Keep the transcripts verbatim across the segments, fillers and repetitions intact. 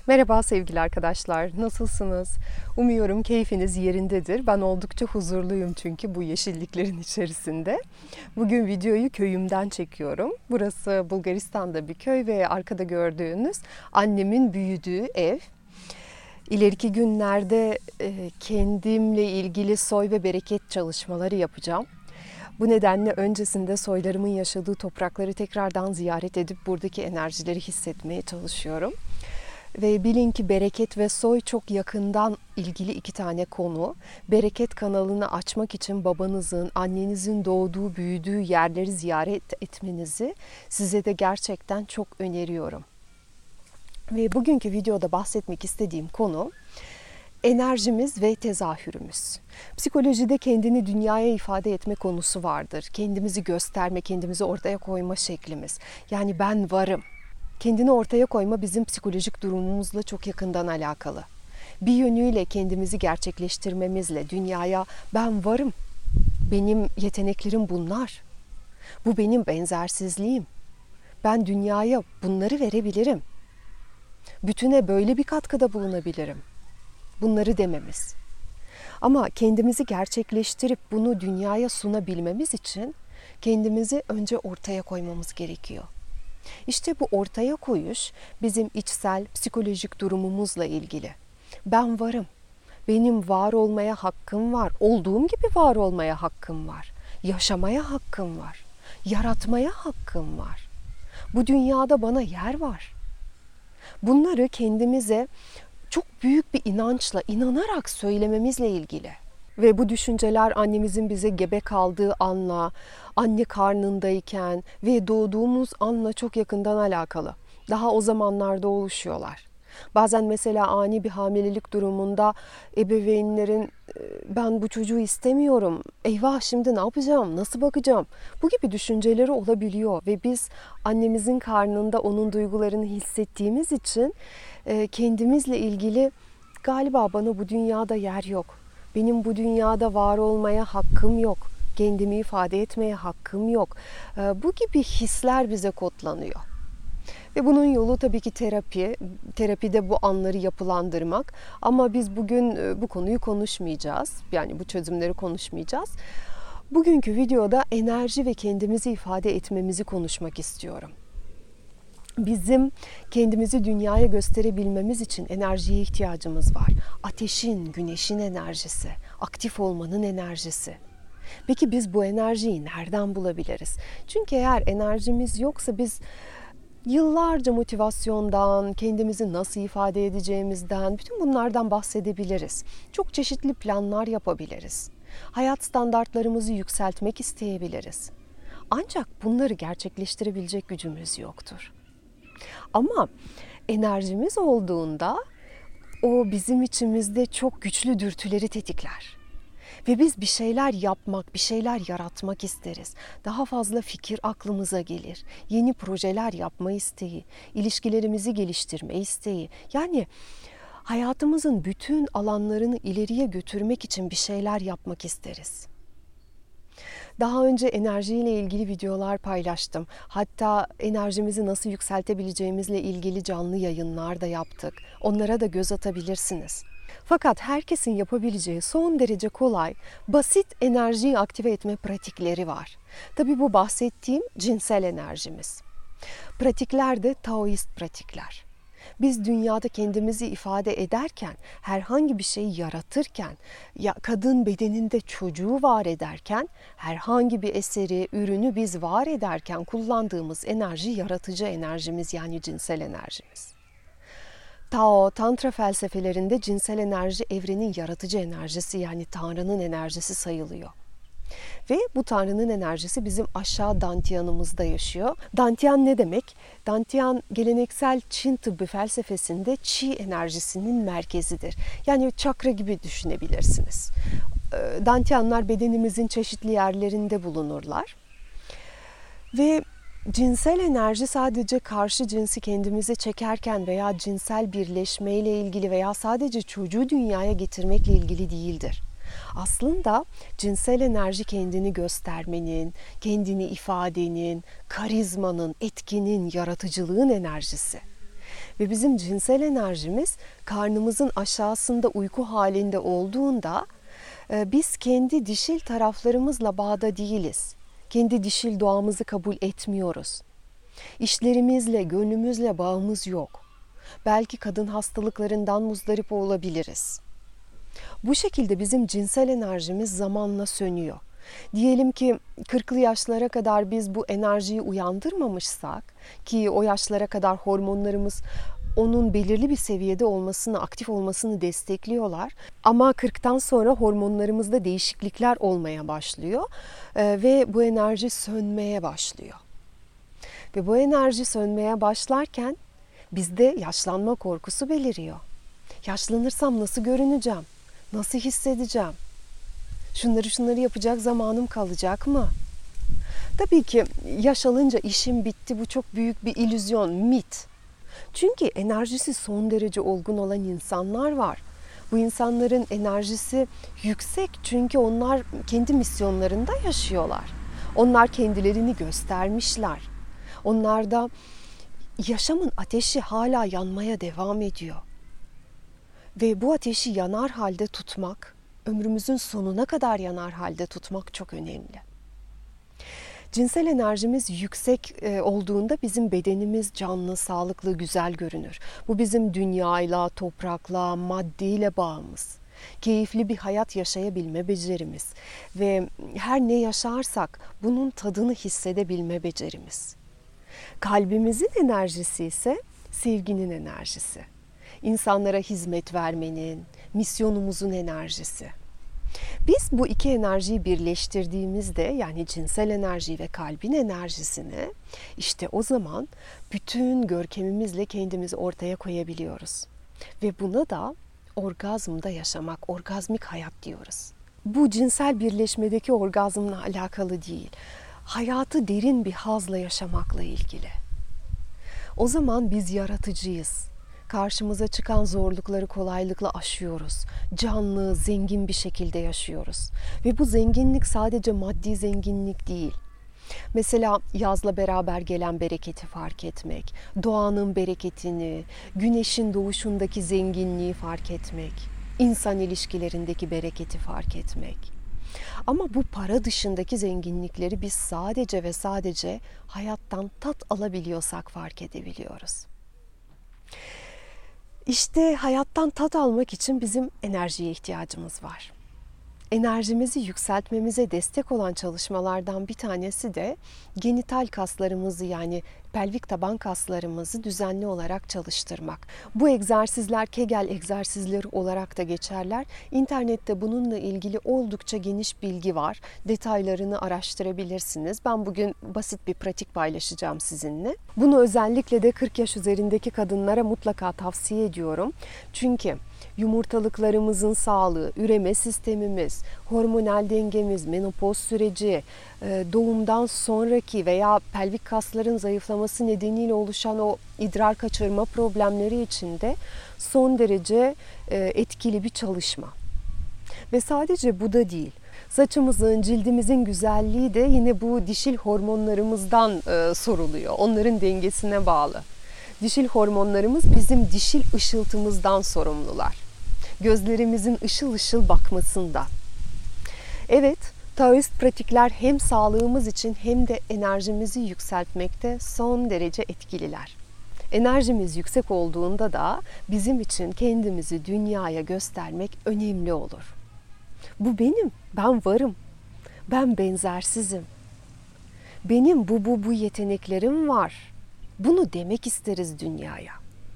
Merhaba sevgili arkadaşlar, nasılsınız? Umuyorum keyfiniz yerindedir. Ben oldukça huzurluyum çünkü bu yeşilliklerin içerisinde. Bugün videoyu köyümden çekiyorum. Burası Bulgaristan'da bir köy ve arkada gördüğünüz annemin büyüdüğü ev. İleriki günlerde kendimle ilgili soy ve bereket çalışmaları yapacağım. Bu nedenle öncesinde soylarımın yaşadığı toprakları tekrardan ziyaret edip buradaki enerjileri hissetmeye çalışıyorum. Ve bilin ki bereket ve soy çok yakından ilgili iki tane konu. Bereket kanalını açmak için babanızın, annenizin doğduğu, büyüdüğü yerleri ziyaret etmenizi size de gerçekten çok öneriyorum. Ve bugünkü videoda bahsetmek istediğim konu enerjimiz ve tezahürümüz. Psikolojide kendini dünyaya ifade etme konusu vardır. Kendimizi gösterme, kendimizi ortaya koyma şeklimiz. Yani ben varım. Kendini ortaya koyma bizim psikolojik durumumuzla çok yakından alakalı. Bir yönüyle kendimizi gerçekleştirmemizle dünyaya ben varım, benim yeteneklerim bunlar, bu benim benzersizliğim, ben dünyaya bunları verebilirim, bütüne böyle bir katkıda bulunabilirim, bunları dememiz. Ama kendimizi gerçekleştirip bunu dünyaya sunabilmemiz için kendimizi önce ortaya koymamız gerekiyor. İşte bu ortaya koyuş bizim içsel psikolojik durumumuzla ilgili. Ben varım. Benim var olmaya hakkım var. Olduğum gibi var olmaya hakkım var. Yaşamaya hakkım var. Yaratmaya hakkım var. Bu dünyada bana yer var. Bunları kendimize çok büyük bir inançla, inanarak söylememizle ilgili. Ve bu düşünceler annemizin bize gebe kaldığı anla, anne karnındayken ve doğduğumuz anla çok yakından alakalı. Daha o zamanlarda oluşuyorlar. Bazen mesela ani bir hamilelik durumunda ebeveynlerin ben bu çocuğu istemiyorum, eyvah şimdi ne yapacağım, nasıl bakacağım, bu gibi düşünceleri olabiliyor. Ve biz annemizin karnında onun duygularını hissettiğimiz için kendimizle ilgili galiba bana bu dünyada yer yok. Benim bu dünyada var olmaya hakkım yok. Kendimi ifade etmeye hakkım yok. Bu gibi hisler bize kodlanıyor. Ve bunun yolu tabii ki terapi. Terapide bu anları yapılandırmak. Ama biz bugün bu konuyu konuşmayacağız. Yani bu çözümleri konuşmayacağız. Bugünkü videoda enerji ve kendimizi ifade etmemizi konuşmak istiyorum. Bizim kendimizi dünyaya gösterebilmemiz için enerjiye ihtiyacımız var. Ateşin, güneşin enerjisi, aktif olmanın enerjisi. Peki biz bu enerjiyi nereden bulabiliriz? Çünkü eğer enerjimiz yoksa biz yıllarca motivasyondan, kendimizi nasıl ifade edeceğimizden, bütün bunlardan bahsedebiliriz. Çok çeşitli planlar yapabiliriz. Hayat standartlarımızı yükseltmek isteyebiliriz. Ancak bunları gerçekleştirebilecek gücümüz yoktur. Ama enerjimiz olduğunda o bizim içimizde çok güçlü dürtüleri tetikler. Ve biz bir şeyler yapmak, bir şeyler yaratmak isteriz. Daha fazla fikir aklımıza gelir. Yeni projeler yapma isteği, ilişkilerimizi geliştirme isteği. Yani hayatımızın bütün alanlarını ileriye götürmek için bir şeyler yapmak isteriz. Daha önce enerjiyle ilgili videolar paylaştım. Hatta enerjimizi nasıl yükseltebileceğimizle ilgili canlı yayınlar da yaptık. Onlara da göz atabilirsiniz. Fakat herkesin yapabileceği son derece kolay, basit enerjiyi aktive etme pratikleri var. Tabii bu bahsettiğim cinsel enerjimiz. Pratikler de Taoist pratikler. Biz dünyada kendimizi ifade ederken, herhangi bir şeyi yaratırken, ya kadın bedeninde çocuğu var ederken, herhangi bir eseri, ürünü biz var ederken kullandığımız enerji yaratıcı enerjimiz, yani cinsel enerjimiz. Tao, Tantra felsefelerinde cinsel enerji evrenin yaratıcı enerjisi, yani Tanrı'nın enerjisi sayılıyor. Ve bu Tanrı'nın enerjisi bizim aşağı dantiyanımızda yaşıyor. Dantiyan ne demek? Dantiyan geleneksel Çin tıbbı felsefesinde Qi enerjisinin merkezidir. Yani çakra gibi düşünebilirsiniz. Dantiyanlar bedenimizin çeşitli yerlerinde bulunurlar. Ve cinsel enerji sadece karşı cinsi kendimize çekerken veya cinsel birleşmeyle ilgili veya sadece çocuğu dünyaya getirmekle ilgili değildir. Aslında cinsel enerji kendini göstermenin, kendini ifadenin, karizmanın, etkinin, yaratıcılığın enerjisi. Ve bizim cinsel enerjimiz karnımızın aşağısında uyku halinde olduğunda biz kendi dişil taraflarımızla bağda değiliz. Kendi dişil doğamızı kabul etmiyoruz. İşlerimizle, gönlümüzle bağımız yok. Belki kadın hastalıklarından muzdarip olabiliriz. Bu şekilde bizim cinsel enerjimiz zamanla sönüyor. Diyelim ki kırklı yaşlara kadar biz bu enerjiyi uyandırmamışsak, ki o yaşlara kadar hormonlarımız onun belirli bir seviyede olmasını, aktif olmasını destekliyorlar. Ama kırktan sonra hormonlarımızda değişiklikler olmaya başlıyor ve bu enerji sönmeye başlıyor. Ve bu enerji sönmeye başlarken bizde yaşlanma korkusu beliriyor. Yaşlanırsam nasıl görüneceğim? Nasıl hissedeceğim? Şunları şunları yapacak zamanım kalacak mı? Tabii ki yaş alınca işim bitti, bu çok büyük bir illüzyon, mit. Çünkü enerjisi son derece olgun olan insanlar var. Bu insanların enerjisi yüksek çünkü onlar kendi misyonlarında yaşıyorlar. Onlar kendilerini göstermişler. Onlarda yaşamın ateşi hala yanmaya devam ediyor. Ve bu ateşi yanar halde tutmak, ömrümüzün sonuna kadar yanar halde tutmak çok önemli. Cinsel enerjimiz yüksek olduğunda bizim bedenimiz canlı, sağlıklı, güzel görünür. Bu bizim dünyayla, toprakla, maddeyle bağımız. Keyifli bir hayat yaşayabilme becerimiz ve her ne yaşarsak bunun tadını hissedebilme becerimiz. Kalbimizin enerjisi ise sevginin enerjisi. İnsanlara hizmet vermenin, misyonumuzun enerjisi. Biz bu iki enerjiyi birleştirdiğimizde, yani cinsel enerji ve kalbin enerjisini, işte o zaman bütün görkemimizle kendimizi ortaya koyabiliyoruz. Ve buna da orgazmda yaşamak, orgazmik hayat diyoruz. Bu cinsel birleşmedeki orgazmla alakalı değil, hayatı derin bir hazla yaşamakla ilgili. O zaman biz yaratıcıyız. Karşımıza çıkan zorlukları kolaylıkla aşıyoruz. Canlı, zengin bir şekilde yaşıyoruz. Ve bu zenginlik sadece maddi zenginlik değil. Mesela yazla beraber gelen bereketi fark etmek, doğanın bereketini, güneşin doğuşundaki zenginliği fark etmek, insan ilişkilerindeki bereketi fark etmek. Ama bu para dışındaki zenginlikleri biz sadece ve sadece hayattan tat alabiliyorsak fark edebiliyoruz. İşte hayattan tat almak için bizim enerjiye ihtiyacımız var. Enerjimizi yükseltmemize destek olan çalışmalardan bir tanesi de genital kaslarımızı, yani pelvik taban kaslarımızı düzenli olarak çalıştırmak. Bu egzersizler Kegel egzersizleri olarak da geçerler. İnternette bununla ilgili oldukça geniş bilgi var. Detaylarını araştırabilirsiniz. Ben bugün basit bir pratik paylaşacağım sizinle. Bunu özellikle de kırk yaş üzerindeki kadınlara mutlaka tavsiye ediyorum. Çünkü yumurtalıklarımızın sağlığı, üreme sistemimiz, hormonal dengemiz, menopoz süreci, doğumdan sonraki veya pelvik kasların zayıflaması nedeniyle oluşan o idrar kaçırma problemleri için de son derece etkili bir çalışma. Ve sadece bu da değil. Saçımızın, cildimizin güzelliği de yine bu dişil hormonlarımızdan soruluyor. Onların dengesine bağlı. Dişil hormonlarımız bizim dişil ışıltımızdan sorumlular. Gözlerimizin ışıl ışıl bakmasında. Evet, Taoist pratikler hem sağlığımız için hem de enerjimizi yükseltmekte son derece etkililer. Enerjimiz yüksek olduğunda da bizim için kendimizi dünyaya göstermek önemli olur. Bu benim, ben varım, ben benzersizim. Benim bu bu bu yeteneklerim var. Bunu demek isteriz dünyaya.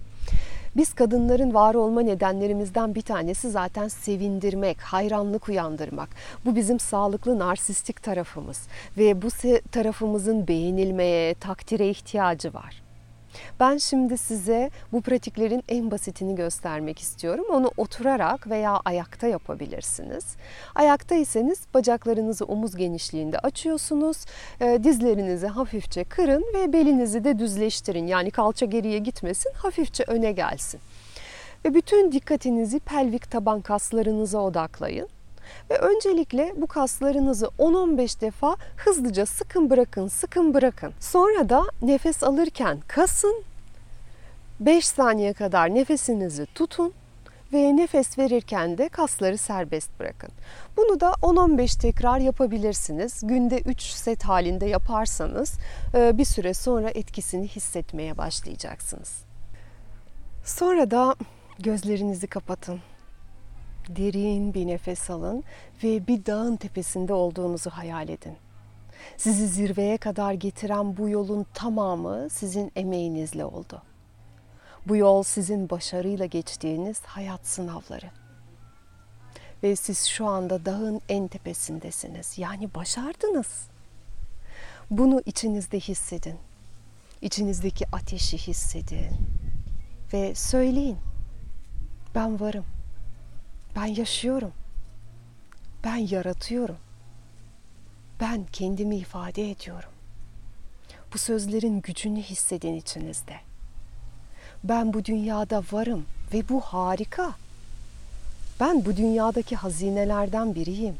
Biz kadınların var olma nedenlerimizden bir tanesi zaten sevindirmek, hayranlık uyandırmak. Bu bizim sağlıklı narsistik tarafımız ve bu tarafımızın beğenilmeye, takdire ihtiyacı var. Ben şimdi size bu pratiklerin en basitini göstermek istiyorum. Onu oturarak veya ayakta yapabilirsiniz. Ayaktaysanız bacaklarınızı omuz genişliğinde açıyorsunuz. Dizlerinizi hafifçe kırın ve belinizi de düzleştirin. Yani kalça geriye gitmesin, hafifçe öne gelsin. Ve bütün dikkatinizi pelvik taban kaslarınıza odaklayın. Ve öncelikle bu kaslarınızı on on beş defa hızlıca sıkın bırakın, sıkın bırakın. Sonra da nefes alırken kasın, beş saniye kadar nefesinizi tutun ve nefes verirken de kasları serbest bırakın. Bunu da on on beş tekrar yapabilirsiniz. Günde üç set halinde yaparsanız bir süre sonra etkisini hissetmeye başlayacaksınız. Sonra da gözlerinizi kapatın. Derin bir nefes alın ve bir dağın tepesinde olduğunuzu hayal edin. Sizi zirveye kadar getiren bu yolun tamamı sizin emeğinizle oldu. Bu yol sizin başarıyla geçtiğiniz hayat sınavları. Ve siz şu anda dağın en tepesindesiniz. Yani başardınız. Bunu içinizde hissedin. İçinizdeki ateşi hissedin. Ve söyleyin. Ben varım. Ben yaşıyorum. Ben yaratıyorum. Ben kendimi ifade ediyorum. Bu sözlerin gücünü hissedin içinizde. Ben bu dünyada varım ve bu harika. Ben bu dünyadaki hazinelerden biriyim.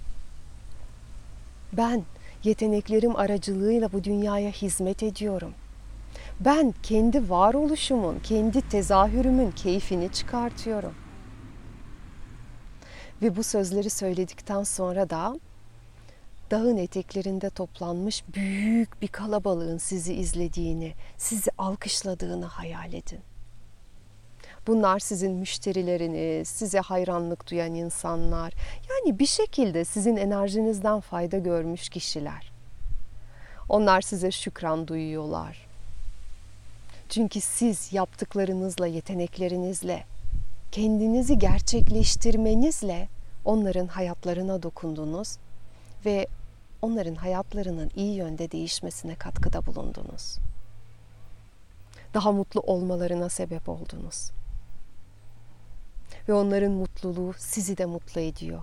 Ben yeteneklerim aracılığıyla bu dünyaya hizmet ediyorum. Ben kendi varoluşumun, kendi tezahürümün keyfini çıkartıyorum. Ve bu sözleri söyledikten sonra da dağın eteklerinde toplanmış büyük bir kalabalığın sizi izlediğini, sizi alkışladığını hayal edin. Bunlar sizin müşterileriniz, size hayranlık duyan insanlar. Yani bir şekilde sizin enerjinizden fayda görmüş kişiler. Onlar size şükran duyuyorlar. Çünkü siz yaptıklarınızla, yeteneklerinizle, kendinizi gerçekleştirmenizle onların hayatlarına dokundunuz ve onların hayatlarının iyi yönde değişmesine katkıda bulundunuz. Daha mutlu olmalarına sebep oldunuz. Ve onların mutluluğu sizi de mutlu ediyor.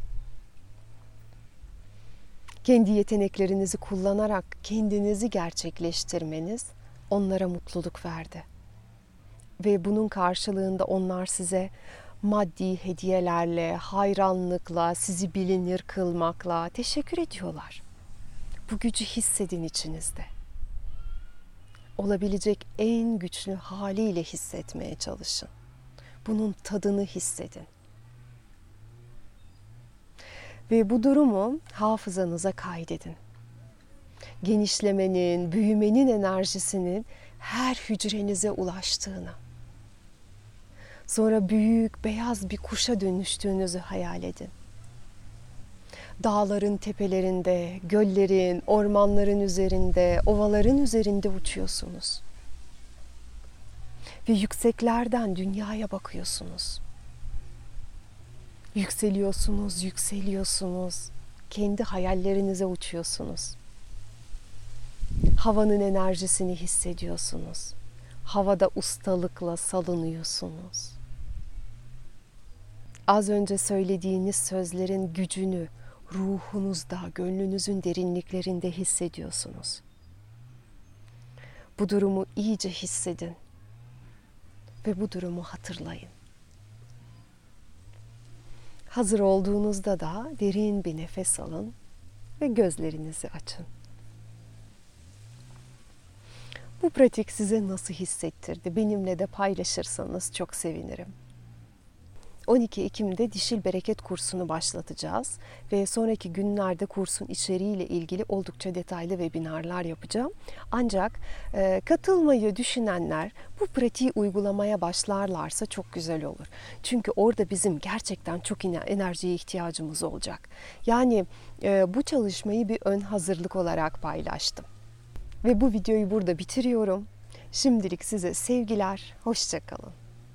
Kendi yeteneklerinizi kullanarak kendinizi gerçekleştirmeniz onlara mutluluk verdi. Ve bunun karşılığında onlar size maddi hediyelerle, hayranlıkla, sizi bilinir kılmakla teşekkür ediyorlar. Bu gücü hissedin içinizde. Olabilecek en güçlü haliyle hissetmeye çalışın. Bunun tadını hissedin. Ve bu durumu hafızanıza kaydedin. Genişlemenin, büyümenin enerjisinin her hücrenize ulaştığını. Sonra büyük beyaz bir kuşa dönüştüğünüzü hayal edin. Dağların tepelerinde, göllerin, ormanların üzerinde, ovaların üzerinde uçuyorsunuz. Ve yükseklerden dünyaya bakıyorsunuz. Yükseliyorsunuz, yükseliyorsunuz. Kendi hayallerinize uçuyorsunuz. Havanın enerjisini hissediyorsunuz. Havada ustalıkla salınıyorsunuz. Az önce söylediğiniz sözlerin gücünü ruhunuzda, gönlünüzün derinliklerinde hissediyorsunuz. Bu durumu iyice hissedin ve bu durumu hatırlayın. Hazır olduğunuzda da derin bir nefes alın ve gözlerinizi açın. Bu pratik size nasıl hissettirdi? Benimle de paylaşırsanız çok sevinirim. on iki Ekim'de dişil bereket kursunu başlatacağız ve sonraki günlerde kursun içeriğiyle ilgili oldukça detaylı webinarlar yapacağım. Ancak e, katılmayı düşünenler bu pratiği uygulamaya başlarlarsa çok güzel olur. Çünkü orada bizim gerçekten çok enerjiye ihtiyacımız olacak. Yani e, bu çalışmayı bir ön hazırlık olarak paylaştım. Ve bu videoyu burada bitiriyorum. Şimdilik size sevgiler, hoşça kalın.